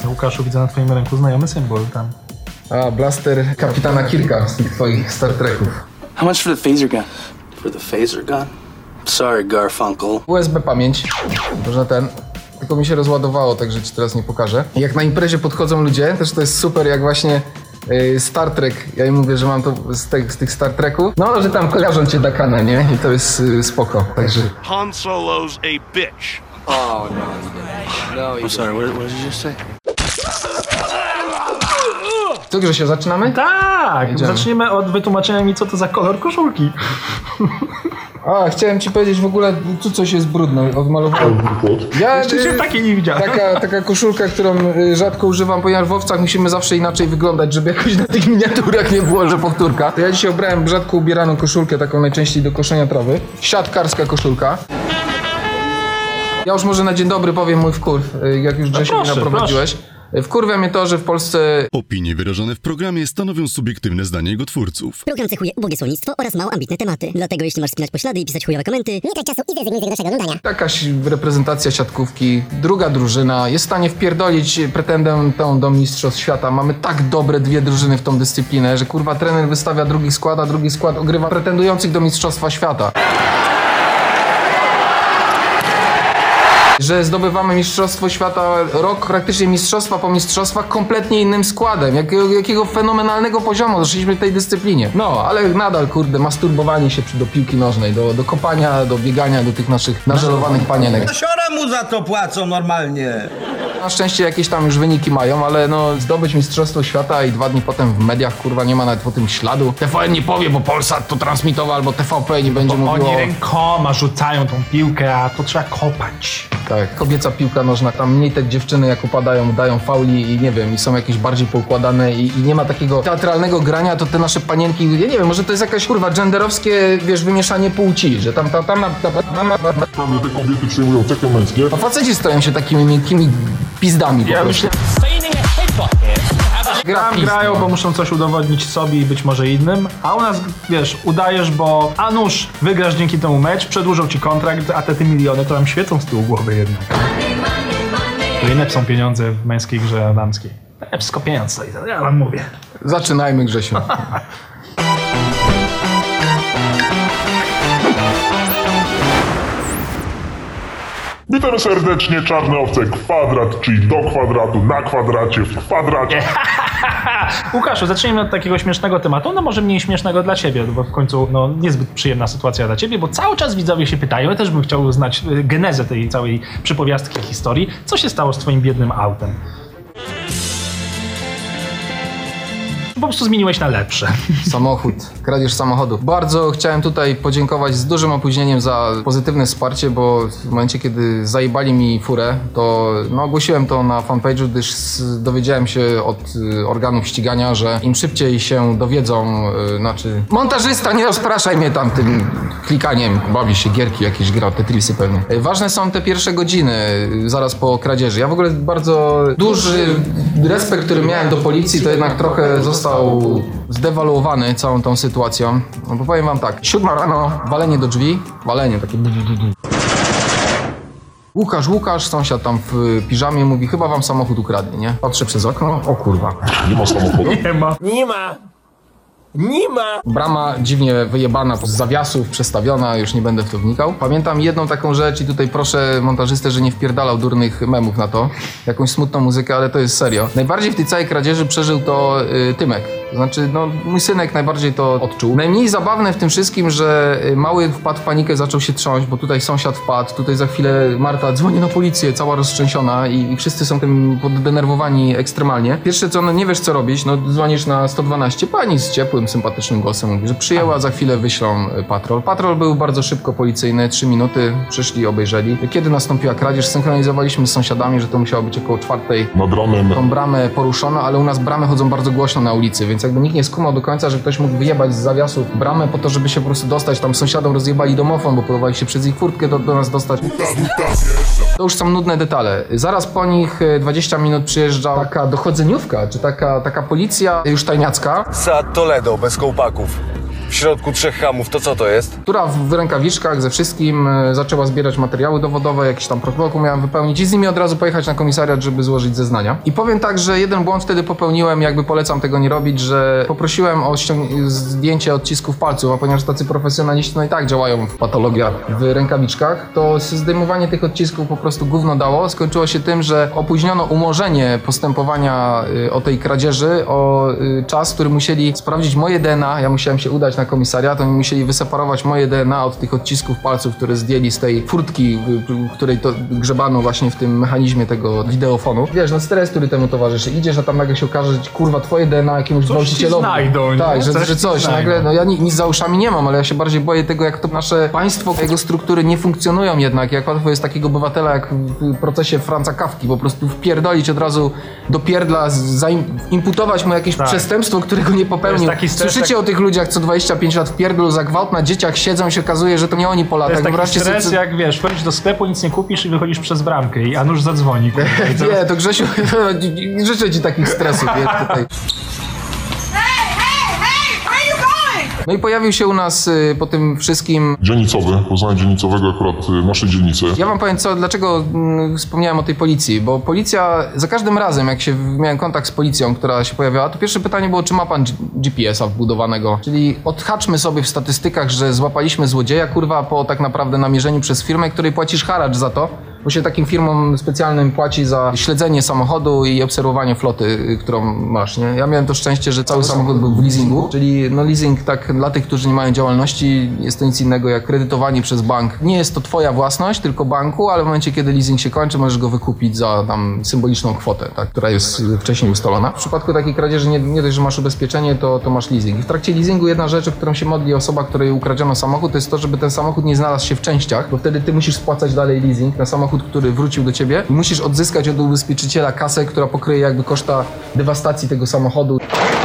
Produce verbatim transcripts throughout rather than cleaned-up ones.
Łukaszu, widzę na twoim ręku znajomy symbol tam. A, blaster kapitana Kirka z tych twoich Star Treków. How much for the phaser gun? For the phaser gun? Sorry, Garfunkel. U S B pamięć, można ten, tylko mi się rozładowało, także ci teraz nie pokażę. Jak na imprezie podchodzą ludzie, też to jest super, jak właśnie yy, Star Trek, ja im mówię, że mam to z, te, z tych Star Treków, no, że tam kojarzą cię Dakana, nie? I to jest yy, spoko, także... Han Solo's a bitch. Oh, no, no, no I'm sorry, what, what did you just say? Co, Grzesio, zaczynamy? Tak, Jedziemy. Zaczniemy od wytłumaczenia mi, co to za kolor koszulki. A, chciałem ci powiedzieć w ogóle, tu coś jest brudne, odmalowałem. Ja Jeszcze się takiej nie widziałem. Taka, taka koszulka, którą y, rzadko używam, ponieważ w owcach musimy zawsze inaczej wyglądać, żeby jakoś na tych miniaturach nie było, że powtórka. To ja dzisiaj ubrałem rzadko ubieraną koszulkę, taką najczęściej do koszenia trawy. Siatkarska koszulka. Ja już może na dzień dobry powiem mój wkurw, y, jak już Grzesiu No mnie proszę, naprowadziłeś. Wkurwia mnie to, że w Polsce... Opinie wyrażone w programie stanowią subiektywne zdanie jego twórców. Program cechuje ubogie słownictwo oraz mało ambitne tematy. Dlatego jeśli masz spinać poślady i pisać chujowe komenty, nie trać czasu i zrezygnuj z tego naszego oglądania. Jakaś reprezentacja siatkówki, druga drużyna jest w stanie wpierdolić pretendentą do mistrzostw świata. Mamy tak dobre dwie drużyny w tą dyscyplinę, że kurwa trener wystawia drugi skład, a drugi skład ogrywa pretendujących do mistrzostwa świata. Że zdobywamy mistrzostwo świata, rok praktycznie mistrzostwa po mistrzostwach kompletnie innym składem. Jakiego, jakiego fenomenalnego poziomu doszliśmy w tej dyscyplinie. No, ale nadal, kurde, masturbowanie się przy, do piłki nożnej, do, do kopania, do biegania, do tych naszych nażelowanych panienek. Siora mu za to płacą normalnie. Na szczęście jakieś tam już wyniki mają, ale no zdobyć mistrzostwo świata i dwa dni potem w mediach, kurwa, nie ma nawet po tym śladu. T V N nie powie, bo Polsat to transmitował, albo T V P nie będzie Bo mówiło... oni rękoma rzucają tą piłkę, a to trzeba kopać. Tak, kobieca piłka nożna, tam mniej te dziewczyny jak upadają, dają fauli i nie wiem, i są jakieś bardziej poukładane i, i nie ma takiego teatralnego grania, to te nasze panienki, ja nie wiem, może to jest jakaś kurwa genderowskie, wiesz, wymieszanie płci, że tam, tam, tam, tam, tam, tam, tam, tam. Tam te kobiety przyjmują cechy męskie. A faceci stoją się takimi miękkimi pizdami po Ja prostu. myślę, Gra tam pizd, grają, no. bo muszą coś udowodnić sobie i być może innym, a u nas, wiesz, udajesz, bo a nuż, wygrasz dzięki temu mecz, przedłużą ci kontrakt, a te, te miliony to tam świecą z tyłu głowy jednak. To inne są pieniądze w męskiej grze damskiej. E, wszystko pieniądz stoi, ja wam mówię. Zaczynajmy, Grzesiu. Witam serdecznie, Czarne Owce Kwadrat, czyli do kwadratu, na kwadracie, w kwadracie. Łukaszu, zacznijmy od takiego śmiesznego tematu, no może mniej śmiesznego dla ciebie, bo w końcu no, niezbyt przyjemna sytuacja dla ciebie, bo cały czas widzowie się pytają, ja też bym chciał znać y, genezę tej całej przypowiastki, historii. Co się stało z twoim biednym autem? Po prostu zmieniłeś na lepsze. Samochód, kradzież samochodu. Bardzo chciałem tutaj podziękować z dużym opóźnieniem za pozytywne wsparcie, bo w momencie, kiedy zajebali mi furę, to no, ogłosiłem to na fanpage'u, gdyż dowiedziałem się od y, organów ścigania, że im szybciej się dowiedzą, y, znaczy... Montażysta, nie rozpraszaj mnie tam tym klikaniem, bawi się gierki jakieś, gra Tetrisy pewnie. Y, ważne są te pierwsze godziny, y, zaraz po kradzieży. Ja w ogóle bardzo duży respekt, który miałem do policji, to jednak trochę został zdewaluowany całą tą sytuacją. No bo powiem wam tak, siódma rano, walenie do drzwi, walenie takie... Łukasz, Łukasz, sąsiad tam w piżamie mówi, chyba wam samochód ukradli, nie? Patrzę przez okno, o kurwa. Nie ma samochodu. Nie ma. Nie ma. Nie ma. Brama dziwnie wyjebana, z zawiasów przestawiona, już nie będę w to wnikał. Pamiętam jedną taką rzecz i tutaj proszę montażystę, że nie wpierdalał durnych memów na to. Jakąś smutną muzykę, ale to jest serio. Najbardziej w tej całej kradzieży przeżył to y, Tymek. To znaczy, no, mój synek najbardziej to odczuł. Najmniej zabawne w tym wszystkim, że mały wpadł w panikę, zaczął się trząść, bo tutaj sąsiad wpadł, tutaj za chwilę Marta dzwoni na policję, cała roztrzęsiona i, i wszyscy są tym poddenerwowani ekstremalnie. Pierwsze co, no nie wiesz co robić, no dzwonisz na sto dwanaście, pani z ciepłym, sympatycznym głosem mówi, że przyjęła, za chwilę wyślą patrol. Patrol był bardzo szybko policyjny, trzy minuty, przyszli, obejrzeli. Kiedy nastąpiła kradzież, synchronizowaliśmy z sąsiadami, że to musiało być około czwartej. Nad ranem. Tą bramę poruszono, ale u nas bramy chodzą bardzo głośno na ulicy, więc jakby nikt nie skumał do końca, że ktoś mógł wyjebać z zawiasów bramę po to, żeby się po prostu dostać. Tam sąsiadom rozjebali domofon, bo próbowali się przez ich furtkę do, do nas dostać. To już są nudne detale. Zaraz po nich dwadzieścia minut przyjeżdża taka dochodzeniówka, czy taka, taka policja już tajniacka. Sa Toledo bez kołpaków. w środku trzech hamów, to co to jest? Która w rękawiczkach ze wszystkim e, zaczęła zbierać materiały dowodowe, jakiś tam protokół miałem wypełnić i z nimi od razu pojechać na komisariat, żeby złożyć zeznania. I powiem tak, że jeden błąd wtedy popełniłem, jakby polecam tego nie robić, że poprosiłem o ściąg- zdjęcie odcisków palców, a ponieważ tacy profesjonaliści no i tak działają w patologiach w rękawiczkach, to zdejmowanie tych odcisków po prostu gówno dało. Skończyło się tym, że opóźniono umorzenie postępowania y, o tej kradzieży o y, czas, który musieli sprawdzić moje D N A. Ja musiałem się udać na komisariat, oni musieli wyseparować moje D N A od tych odcisków palców, które zdjęli z tej furtki, w której to grzebano właśnie w tym mechanizmie tego wideofonu. Wiesz, no stres, który temu towarzyszy. Idziesz, a tam nagle się okaże, że kurwa twoje D N A jakiemuś gwałcicielowi. Znajdą, nie? Tak, że, Coś że coś. znajdą. Nagle, no ja ni- nic za uszami nie mam, ale ja się bardziej boję tego, jak to nasze państwo, jego struktury nie funkcjonują jednak. Jak łatwo jest takiego obywatela, jak w procesie Franza Kafki, po prostu wpierdolić od razu do pierdla, zaim- imputować mu jakieś Tak. przestępstwo, którego nie popełnił. To jest taki stres, Słyszycie jak- o tych ludziach, co dwadzieścia pięć lat w pierdlu za gwałt na dzieciach siedzą, się okazuje, że to nie oni po To latach. jest taki Wyobraźcie sobie, stres, co- jak wiesz, wchodzisz do sklepu, nic nie kupisz i wychodzisz przez bramkę i Anusz zadzwoni. kurwa, i zaraz- Nie, to Grzesiu, życzę ci takich stresów. wiesz, tutaj. No i pojawił się u nas y, po tym wszystkim. Dzielnicowy, Poznanie dzielnicowego akurat y, naszej dzielnicy. Ja wam powiem co, dlaczego mm, wspomniałem o tej policji, bo policja, za każdym razem jak się miałem kontakt z policją, która się pojawiała, to pierwsze pytanie było, czy ma pan G- GPS-a wbudowanego, czyli odhaczmy sobie w statystykach, że złapaliśmy złodzieja, kurwa, po tak naprawdę namierzeniu przez firmę, której płacisz haracz za to, bo się takim firmom specjalnym płaci za śledzenie samochodu i obserwowanie floty, y, którą masz, nie? Ja miałem to szczęście, że cały samochód był w leasingu, czyli no leasing tak dla tych, którzy nie mają działalności, jest to nic innego jak kredytowanie przez bank. Nie jest to twoja własność, tylko banku, ale w momencie, kiedy leasing się kończy, możesz go wykupić za tam symboliczną kwotę, tak, która jest y, wcześniej ustalona. W przypadku takiej kradzieży nie, nie dość, że masz ubezpieczenie, to, to masz leasing. I w trakcie leasingu jedna rzecz, o którą się modli osoba, której ukradziono samochód, to jest to, żeby ten samochód nie znalazł się w częściach, bo wtedy ty musisz spłacać dalej leasing na samochód, który wrócił do ciebie i musisz odzyskać od ubezpieczyciela kasę, która pokryje jakby koszta dewastacji tego samochodu.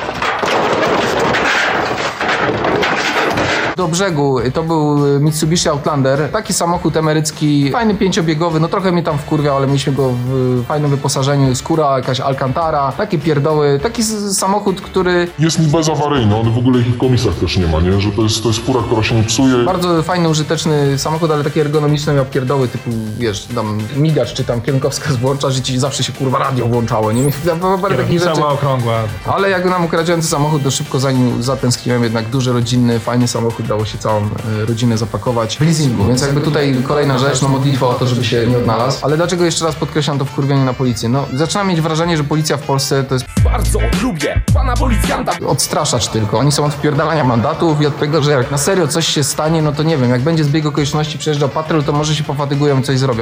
Do brzegu to był Mitsubishi Outlander, taki samochód emerycki, fajny pięciobiegowy, no trochę mnie tam wkurwiał, ale mieliśmy go w fajnym wyposażeniu, skóra, jakaś Alcantara, takie pierdoły, taki s- samochód, który Jest bezawaryjny, on w ogóle ich w komisach też nie ma, nie? Że to jest, to jest fura, która się nie psuje. bardzo fajny, użyteczny samochód, ale taki ergonomiczny, miał pierdoły typu, wiesz, tam migacz czy tam kierunkowskaz włącza, że ci zawsze się kurwa radio włączało, nie? Parę takich Kierownica rzeczy. była okrągła. Ale jak nam ukradzający samochód, to szybko za nim zatęskniłem, jednak duży, rodzinny, fajny samochód, dało się całą e, rodzinę zapakować w leasingu, więc jakby tutaj kolejna rzecz, no modlitwa o to, żeby się nie odnalazł. Ale dlaczego jeszcze raz podkreślam to wkurwienie na policję? No, zaczynam mieć wrażenie, że policja w Polsce to jest Bardzo lubię pana policjanta. odstraszacz tylko. Oni są od wpierdalania mandatów i od tego, że jak na serio coś się stanie, no to nie wiem, jak będzie zbieg okoliczności, przyjeżdża patrol, to może się pofatygują i coś zrobią.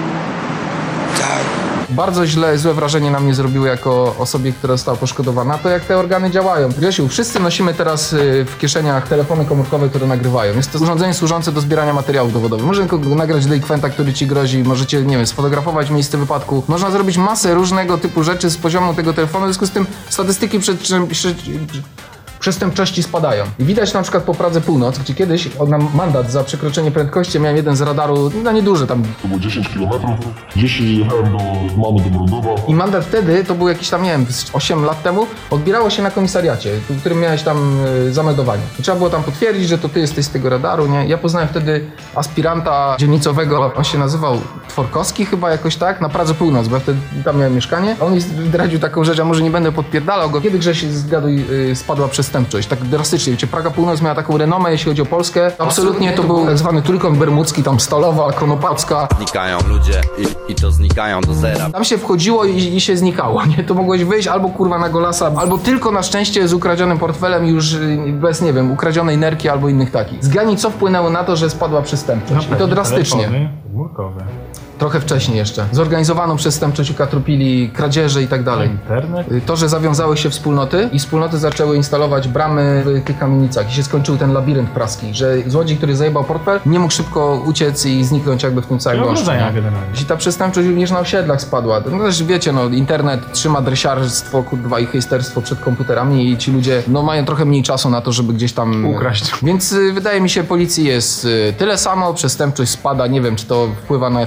Bardzo źle, złe wrażenie na mnie zrobiły jako osobie, która została poszkodowana, to jak te organy działają. Grzesiu, wszyscy nosimy teraz y, w kieszeniach telefony komórkowe, które nagrywają. Jest to urządzenie służące do zbierania materiałów dowodowych. Można tylko nagrać delikwenta, który ci grozi, możecie, nie wiem, sfotografować miejsce wypadku. Można zrobić masę różnego typu rzeczy z poziomu tego telefonu, w związku z tym statystyki przed czym... Przed, przestępczości spadają. I widać na przykład po Pradze Północ, gdzie kiedyś oddam mandat za przekroczenie prędkości, miałem jeden z radaru, no nieduży tam. To było dziesięć kilometrów. Gdzieś jechałem do mamy do Mrondowa. I mandat wtedy, to był jakiś tam, nie wiem, osiem lat temu, odbierało się na komisariacie, w którym miałeś tam y, zameldowanie. I trzeba było tam potwierdzić, że to ty jesteś z tego radaru, nie? Ja poznałem wtedy aspiranta dzielnicowego, on się nazywał Tworkowski chyba jakoś tak, na Pradze Północ, bo ja wtedy tam miałem mieszkanie. A on mi zdradził taką rzecz, a może nie będę podpierdalał go. Kiedy Grześ zgaduj, y, spadła przestępczość, tak drastycznie. Wiecie, Praga Północ miała taką renomę, jeśli chodzi o Polskę. Absolutnie to był tak zwany trójkąt bermudzki, tam Stalowa, Konopacka. Znikają ludzie i, i to znikają do zera. Tam się wchodziło i, i się znikało, nie? To mogłeś wyjść albo kurwa na golasa, albo tylko na szczęście z ukradzionym portfelem już y, bez, nie wiem, ukradzionej nerki albo innych takich. Zgadnij, co wpłynęło na to, że spadła przestępczość. I to drastycznie. Telefony komórkowe. Trochę wcześniej jeszcze. Zorganizowano przestępczość, ukatropili, kradzieże i tak dalej. Internet? To, że zawiązały się wspólnoty i wspólnoty zaczęły instalować bramy w tych kamienicach i się skończył ten labirynt praski, że złodziej, który zajebał portfel, nie mógł szybko uciec i zniknąć jakby w tym całym I goszczu. ogrodzenia nie? generalnie. Jeśli ta przestępczość również na osiedlach spadła, no też wiecie, no internet trzyma dresiarstwo, kurwa i hejsterstwo przed komputerami i ci ludzie, no mają trochę mniej czasu na to, żeby gdzieś tam ukraść. Więc y, wydaje mi się, policji jest y, tyle samo, przestępczość spada, nie wiem, czy to wpływa na efektywność,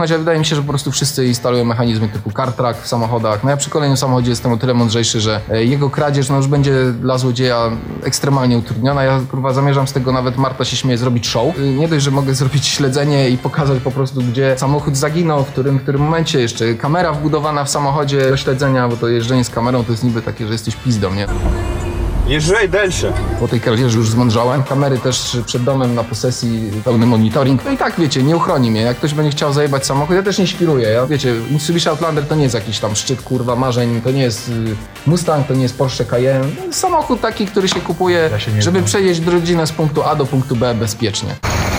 razie wydaje mi się, że po prostu wszyscy instalują mechanizmy typu CarTrack w samochodach. No ja przy kolejnym samochodzie jestem o tyle mądrzejszy, że jego kradzież no już będzie dla złodzieja ekstremalnie utrudniona. Ja kurwa zamierzam z tego, nawet Marta się śmieje, zrobić show. Nie dość, że mogę zrobić śledzenie i pokazać po prostu, gdzie samochód zaginął, w którym, w którym momencie, jeszcze kamera wbudowana w samochodzie do śledzenia, bo to jeżdżenie z kamerą to jest niby takie, że jesteś pizdą, nie? Jeżdżaj dalsze. Po tej kradzieży już zmądrzałem. Kamery też przed domem na posesji, pełny monitoring. No i tak, wiecie, nie uchroni mnie. Jak ktoś będzie chciał zajebać samochód, ja też nie świruję. Ja, wiecie, Mitsubishi Outlander to nie jest jakiś tam szczyt, kurwa, marzeń. To nie jest Mustang, to nie jest Porsche Cayenne. To jest samochód taki, który się kupuje, ja się żeby znam. przejść rodzinę z punktu A do punktu B bezpiecznie.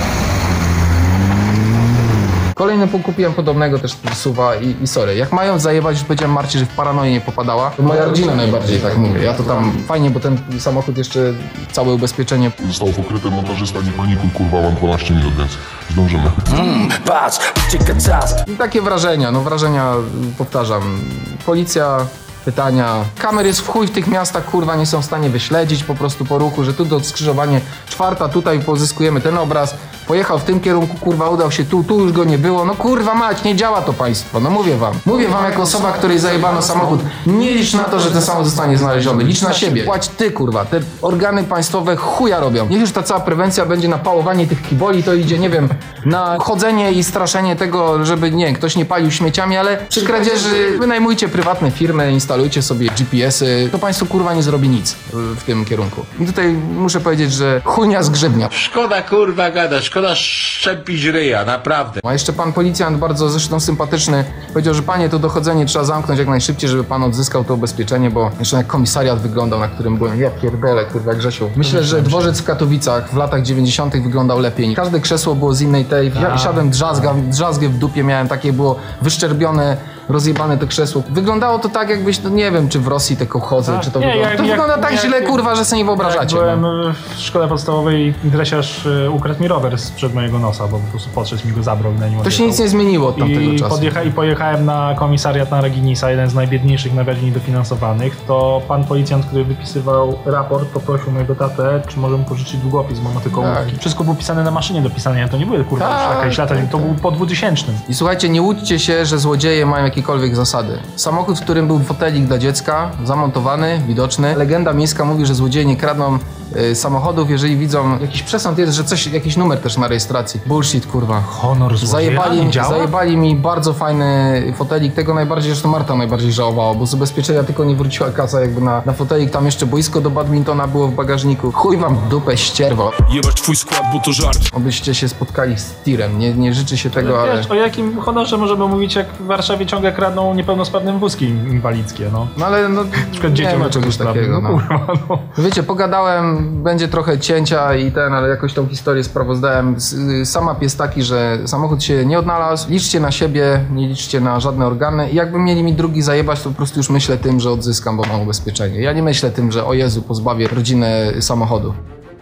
Kolejny punkt kupiłem podobnego też suwa i, i sorry. Jak mają zajebać, już powiedziałem Marcie, że w paranoję nie popadała, to moja rodzina najbardziej tak mówi. Ja to tam fajnie, bo ten samochód jeszcze całe ubezpieczenie. Został pokryty, montażysta, nie panikuj, kurwa, mam dwanaście minut, więc zdążymy. Mm, patrz, ucieka czas. I takie wrażenia, no wrażenia, powtarzam. Policja, pytania. Kamer jest w chuj w tych miastach, kurwa, nie są w stanie wyśledzić po prostu po ruchu, że tu do skrzyżowanie czwarta, tutaj pozyskujemy ten obraz. Pojechał w tym kierunku, kurwa, udał się tu, tu już go nie było. No kurwa mać, nie działa to państwo, no mówię wam. Mówię wam jako osoba, której zajebano samochód. Nie licz na to, że ten samochód zostanie znaleziony. Licz na siebie. Płać ty, kurwa. Te organy państwowe chuja robią. Niech już ta cała prewencja będzie na pałowanie tych kiboli, to idzie, nie wiem, na chodzenie i straszenie tego, żeby, nie, ktoś nie palił śmieciami, ale przy kradzieży wynajmujcie prywatne firmy, instalujcie sobie G P S-y. To państwo, kurwa, nie zrobi nic w tym kierunku. I tutaj muszę powiedzieć, że chujnia zgrzebnia. Szkoda kurwa gada, szkoda szczepić ryja, naprawdę. A jeszcze pan policjant, bardzo zresztą sympatyczny, powiedział, że panie, to dochodzenie trzeba zamknąć jak najszybciej, żeby pan odzyskał to ubezpieczenie, bo jeszcze jak komisariat wyglądał, na którym byłem, ja pierdolę, kurwa, Grzesiu. Myślę, że dworzec w Katowicach w latach dziewięćdziesiątych wyglądał lepiej. Każde krzesło było z innej tej, ja siadłem drzazga, drzazgę w dupie miałem, takie było wyszczerbione, rozjebane to krzesło. Wyglądało to tak, jakbyś, no nie wiem, czy w Rosji te kołchozy, czy to nie, wygląda. jak- To jak- wygląda tak jak- źle, kurwa, że sobie nie wyobrażacie. Jak byłem no. w szkole podstawowej, dresiarz y, ukradł mi rower sprzed mojego nosa, bo po prostu podszedł mi go zabrał i na nim To się odjechał. nic nie zmieniło od tamtego I, czasu. podjecha- I pojechałem na komisariat na Reginisa, jeden z najbiedniejszych, najbardziej niedofinansowanych. To pan policjant, który wypisywał raport, poprosił mojego tatę, czy może mu pożyczyć długopis, bo ma tylko Tak. ołówki. Wszystko było pisane na maszynie do pisania, to nie były kurwa Tak, już jakieś lata, tak, to był po dwutysięcznym. I słuchajcie, nie łudźcie się, że złodzieje mają jakiekolwiek zasady. Samochód, w którym był fotelik dla dziecka, zamontowany, widoczny. Legenda miejska mówi, że złodzieje nie kradną y, samochodów, jeżeli widzą jakiś przesąd jest, że coś, jakiś numer też na rejestracji. Bullshit, kurwa. Honor złodzieja Zajebali, nie działa? zajebali mi bardzo fajny fotelik, tego najbardziej, zresztą Marta najbardziej żałowała, bo z ubezpieczenia tylko nie wróciła kasa jakby na, na fotelik, tam jeszcze boisko do badmintona było w bagażniku. Chuj wam w dupę, ścierwo. Jebać twój skład, bo to żart. Obyście się spotkali z tirem, nie, nie życzy się tego, ale... Wiesz, o jakim honorze możemy mówić, jak w Warszawie ciągle kradną niepełnosprawnym wózki inwalidzkie, no. No ale no, Na przykład nie dzieciom ma czegoś takiego. no, No. kurwa, no. Wiecie, pogadałem, będzie trochę cięcia i ten, ale jakoś tą historię sprawozdałem. S- Sama pies taki, że samochód się nie odnalazł. Liczcie na siebie, nie liczcie na żadne organy. I jakby mieli mi drugi zajebać, to po prostu już myślę tym, że odzyskam, bo mam ubezpieczenie. Ja nie myślę tym, że o Jezu, pozbawię rodzinę samochodu.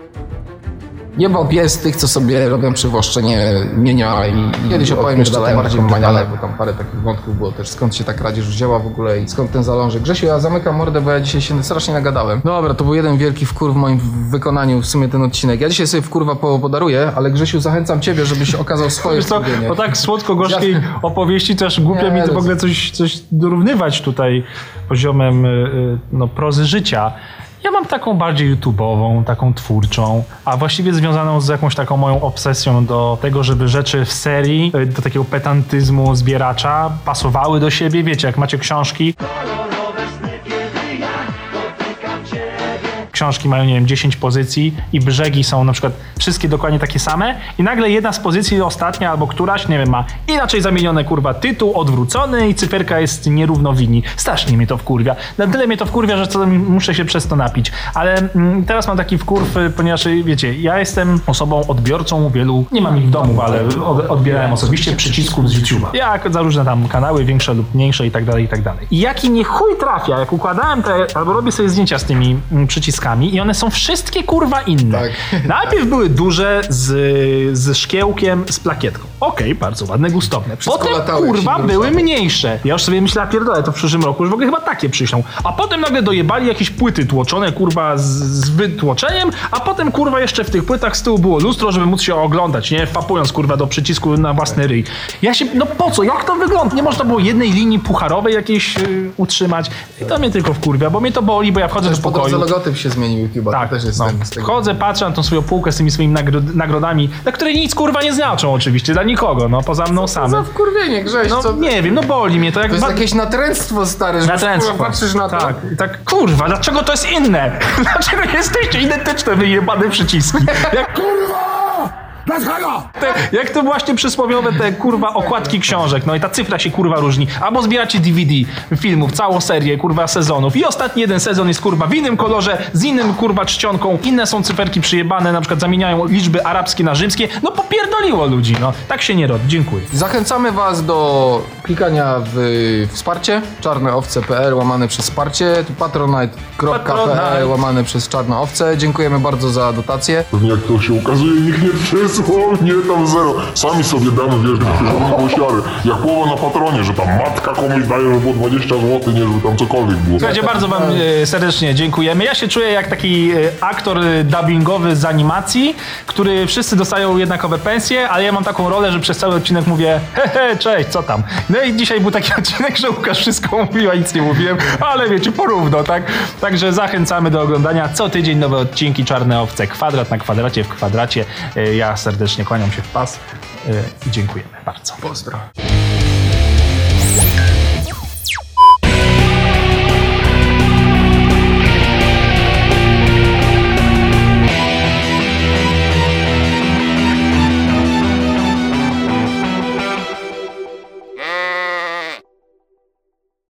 Jebał pies tych, co sobie robią przywłaszczenie mienia i, i kiedyś opowiem jeszcze temat bardziej maniale, bo tam parę takich wątków było też, skąd się ta kradzież wzięła w ogóle i skąd ten zalążek. Grzesiu, ja zamykam mordę, bo ja dzisiaj się strasznie nagadałem. Dobra, to był jeden wielki wkur w moim wykonaniu w sumie ten odcinek. Ja dzisiaj sobie wkurwa po- podaruję, ale Grzesiu, zachęcam ciebie, żebyś okazał swoje Wiesz co, wkurwienie. po tak słodko-gorzkiej Jasne. opowieści też głupio Nie, mi to ale- w ogóle coś, coś dorównywać tutaj poziomem y, y, no, prozy życia. Ja mam taką bardziej YouTube'ową, taką twórczą, a właściwie związaną z jakąś taką moją obsesją do tego, żeby rzeczy w serii, y, do takiego pedantyzmu zbieracza pasowały do siebie. Wiecie, jak macie książki, książki mają, nie wiem, dziesięć pozycji i brzegi są na przykład wszystkie dokładnie takie same i nagle jedna z pozycji, ostatnia albo któraś, nie wiem, ma inaczej zamienione, kurwa, tytuł odwrócony i cyferka jest nierówno w linii. Strasznie mnie to wkurwia. Na tyle mnie to wkurwia, że co, muszę się przez to napić. Ale mm, teraz mam taki wkurw, y, ponieważ, y, wiecie, ja jestem osobą odbiorcą wielu, nie mam ich w domu, ale od, odbierałem osobiście przycisków z YouTube'a. Jak za różne tam kanały, większe lub mniejsze i tak dalej, i tak dalej. I jaki nie chuj trafia, jak układałem te, albo robię sobie zdjęcia z tymi mm, przyciskami i one są wszystkie kurwa inne. Tak. Najpierw były duże z, z szkiełkiem, z plakietką. Okej, bardzo ładne, gustowne. Wszystko Potem, latało, jak kurwa, się były ruszało. mniejsze. Ja już sobie myślałem, pierdolę, to w przyszłym roku już w ogóle chyba takie przyślą. A potem nagle dojebali jakieś płyty tłoczone, kurwa, z, z wytłoczeniem, a potem, kurwa, jeszcze w tych płytach z tyłu było lustro, żeby móc się oglądać, nie? Wpapując, kurwa, do przycisku na własny ryj. Ja się, no po co? Jak to wygląda? Nie można było jednej linii pucharowej jakiejś yy, utrzymać. I to mnie tylko wkurwia, bo mnie to boli, bo ja wchodzę Też do po pokoju. drodze logotyp się zmienił YouTube'a, Tak, to też jest no. ten z tego. Wchodzę, patrzę na tą swoją półkę z tymi swoimi nagro- nagrodami, na które nic, kurwa, nie znaczą oczywiście, dla nikogo, no, poza mną Za samym. wkurwienie, Grześ, No co? nie wiem, no boli mnie to jak... To jest ba- jakieś natręctwo stare, że Natręctwo. kurwa, patrzysz na to. Tak, i tak, kurwa, dlaczego to jest inne? Dlaczego jesteście identyczne, wyjebane przyciski? Jak, kurwa! Te, jak to właśnie przysłowiowe te, kurwa, okładki książek, no i ta cyfra się, kurwa, różni. Albo zbieracie D V D filmów, całą serię, kurwa, sezonów i ostatni jeden sezon jest, kurwa, w innym kolorze, z innym, kurwa, czcionką, inne są cyferki przyjebane, na przykład zamieniają liczby arabskie na rzymskie, no popierdoliło ludzi, no. Tak się nie robi, dziękuję. Zachęcamy was do klikania w wsparcie, czarneowce kropka p l łamane przez wsparcie, patronite kropka p l Patronite. łamane przez czarneowce. Dziękujemy bardzo za dotację. Pewnie jak to się ukazuje, nikt nie przysłał, nie tam zero. Sami sobie damy, wiesz, siary. Jak połowa na patronie, że tam matka komuś daje, że było dwadzieścia złotych, nie, żeby tam cokolwiek było. Słuchajcie, bardzo wam e, serdecznie dziękujemy. Ja się czuję jak taki e, aktor e, dubbingowy z animacji, który wszyscy dostają jednakowe pensje, ale ja mam taką rolę, że przez cały odcinek mówię hehe, cześć, co tam? No i dzisiaj był taki odcinek, że Łukasz wszystko mówił, a nic nie mówiłem, ale wiecie, porówno, tak? Także zachęcamy do oglądania co tydzień nowe odcinki Czarne Owce, kwadrat na kwadracie w kwadracie. E, Ja serdecznie kłaniam się w pas e, i dziękujemy bardzo. Pozdro.